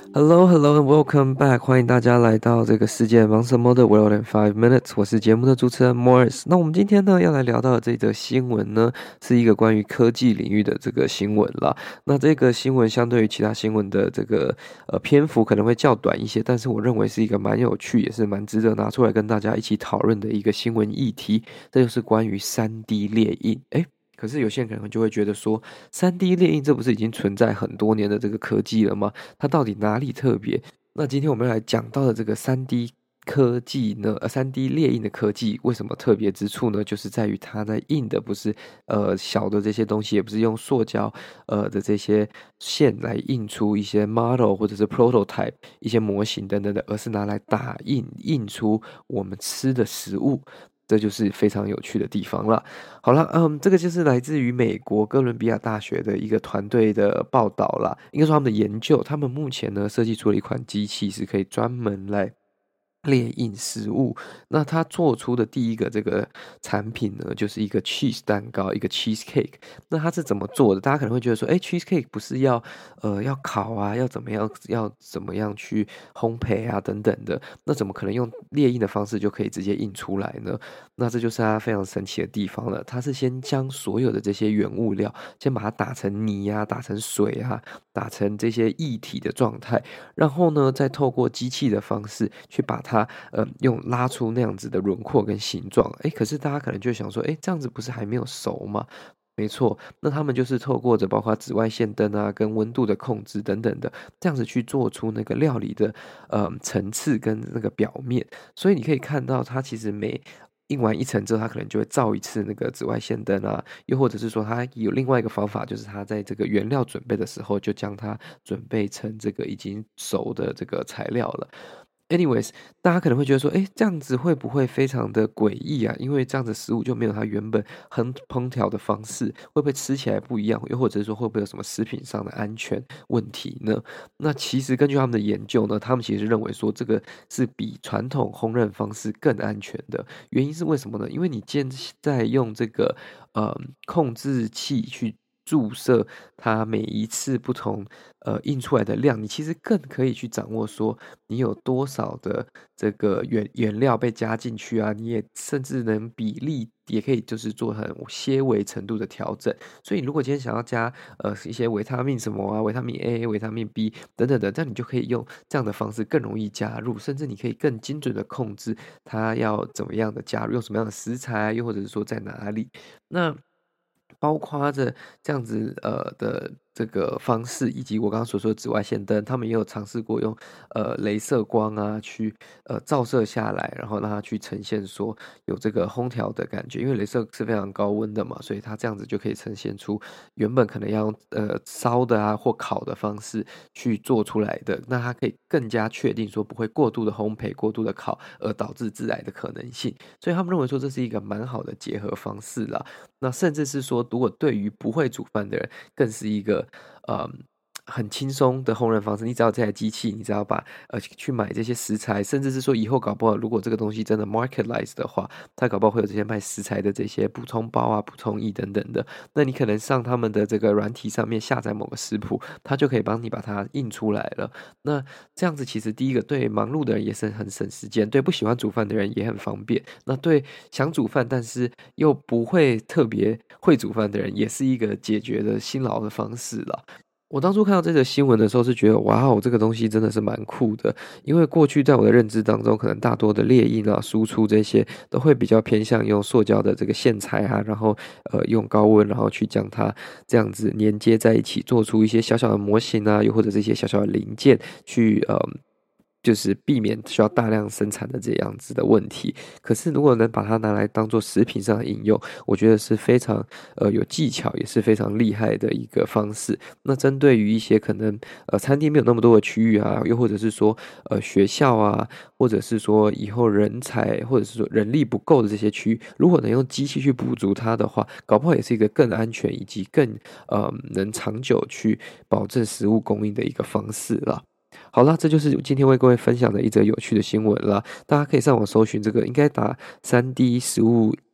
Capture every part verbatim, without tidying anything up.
Hello, hello, and welcome back！欢迎大家来到这个世界忙什么的 World in Five Minutes。我是节目的主持人 Morris。那我们今天呢要来聊到的这则新闻呢，是一个关于科技领域的这个新闻啦。那这个新闻相对于其他新闻的这个呃篇幅可能会较短一些，但是我认为是一个蛮有趣，也是蛮值得拿出来跟大家一起讨论的一个新闻议题。这就是关于 三 D 列印。诶可是有些人可能就会觉得说，三 D 列印这不是已经存在很多年的这个科技了吗？它到底哪里特别？那今天我们要来讲到的这个 三 D 科技呢，呃 三 D 列印的科技为什么特别之处呢？就是在于它在印的不是呃小的这些东西，也不是用塑胶呃的这些线来印出一些 model 或者是 prototype 一些模型等等的，而是拿来打印印出我们吃的食物。这就是非常有趣的地方了。好了，嗯，这个就是来自于美国哥伦比亚大学的一个团队的报道啦。应该说他们的研究，他们目前呢设计出了一款机器，是可以专门来列印食物。那他做出的第一个这个产品呢，就是一个 cheese 蛋糕，一个 cheese cake。那它是怎么做的？大家可能会觉得说，哎，cheese cake 不是要呃要烤啊，要怎么样，要怎么样去烘焙啊等等的，那怎么可能用列印的方式就可以直接印出来呢？那这就是它非常神奇的地方了。它是先将所有的这些原物料，先把它打成泥啊，打成水啊，打成这些液体的状态，然后呢，再透过机器的方式去把它呃用拉出那样子的轮廓跟形状。诶，可是大家可能就想说，诶，这样子不是还没有熟吗？没错，那他们就是透过着包括紫外线灯啊，跟温度的控制等等的，这样子去做出那个料理的呃层次跟那个表面。所以你可以看到，它其实每印完一层之后，它可能就会照一次那个紫外线灯啊，又或者是说，它有另外一个方法，就是它在这个原料准备的时候，就将它准备成这个已经熟的这个材料了。Anyways，大家可能会觉得说，诶，这样子会不会非常的诡异啊？因为这样子食物就没有它原本烹烹调的方式，会不会吃起来不一样？又或者是说，会不会有什么食品上的安全问题呢？那其实根据他们的研究呢，他们其实认为说，这个是比传统烹饪方式更安全的。原因是为什么呢？因为你现在用这个呃控制器去注射它每一次不同呃印出来的量，你其实更可以去掌握说你有多少的这个原原料被加进去啊，你也甚至能比例也可以就是做很些微程度的调整。所以如果今天想要加呃一些维他命什么啊，维他命 A、维他命 B 等等的，这样你就可以用这样的方式更容易加入，甚至你可以更精准的控制它要怎么样的加入，用什么样的食材，又或者是说在哪里。那包括着这样子呃的这个方式，以及我刚刚所说的紫外线灯，他们也有尝试过用呃镭射光啊去呃照射下来，然后让它去呈现说有这个烘调的感觉，因为镭射是非常高温的嘛，所以它这样子就可以呈现出原本可能要用呃烧的啊或烤的方式去做出来的，那它可以更加确定说不会过度的烘焙、过度的烤而导致致癌的可能性，所以他们认为说这是一个蛮好的结合方式啦。那甚至是说，如果对于不会煮饭的人，更是一个呃很轻松的烹饪方式。你只要这台机器，你只要把呃去买这些食材，甚至是说以后搞不好，如果这个东西真的 marketalize 的话，它搞不好会有这些卖食材的这些补充包啊、补充液等等的。那你可能上他们的这个软体上面下载某个食谱，它就可以帮你把它印出来了。那这样子其实第一个对忙碌的人也是很省时间，对不喜欢煮饭的人也很方便。那对想煮饭但是又不会特别会煮饭的人，也是一个解决的辛劳的方式啦。我当初看到这则新闻的时候是觉得，哇哦，这个东西真的是蛮酷的。因为过去在我的认知当中，可能大多的列印啊、输出这些都会比较偏向用塑胶的这个线材啊，然后呃用高温，然后去将它这样子连接在一起，做出一些小小的模型啊，又或者是一些小小的零件去呃。就是避免需要大量生产的这样子的问题。可是如果能把它拿来当做食品上的应用，我觉得是非常呃有技巧，也是非常厉害的一个方式。那针对于一些可能呃餐厅没有那么多的区域啊，又或者是说呃学校啊，或者是说以后人才或者是说人力不够的这些区域，如果能用机器去补足它的话，搞不好也是一个更安全以及更呃能长久去保证食物供应的一个方式了。好啦，这就是今天为各位分享的一则有趣的新闻啦。大家可以上网搜寻这个，应该打三 D 食物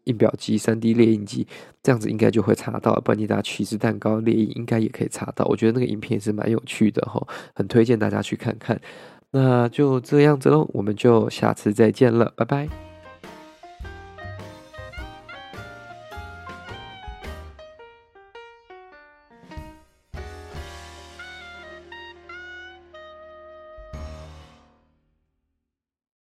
印表机、三 D 列印机，这样子应该就会查到，不然你打起司蛋糕列印应该也可以查到。我觉得那个影片也是蛮有趣的齁，很推荐大家去看看。那就这样子咯，我们就下次再见了，拜拜。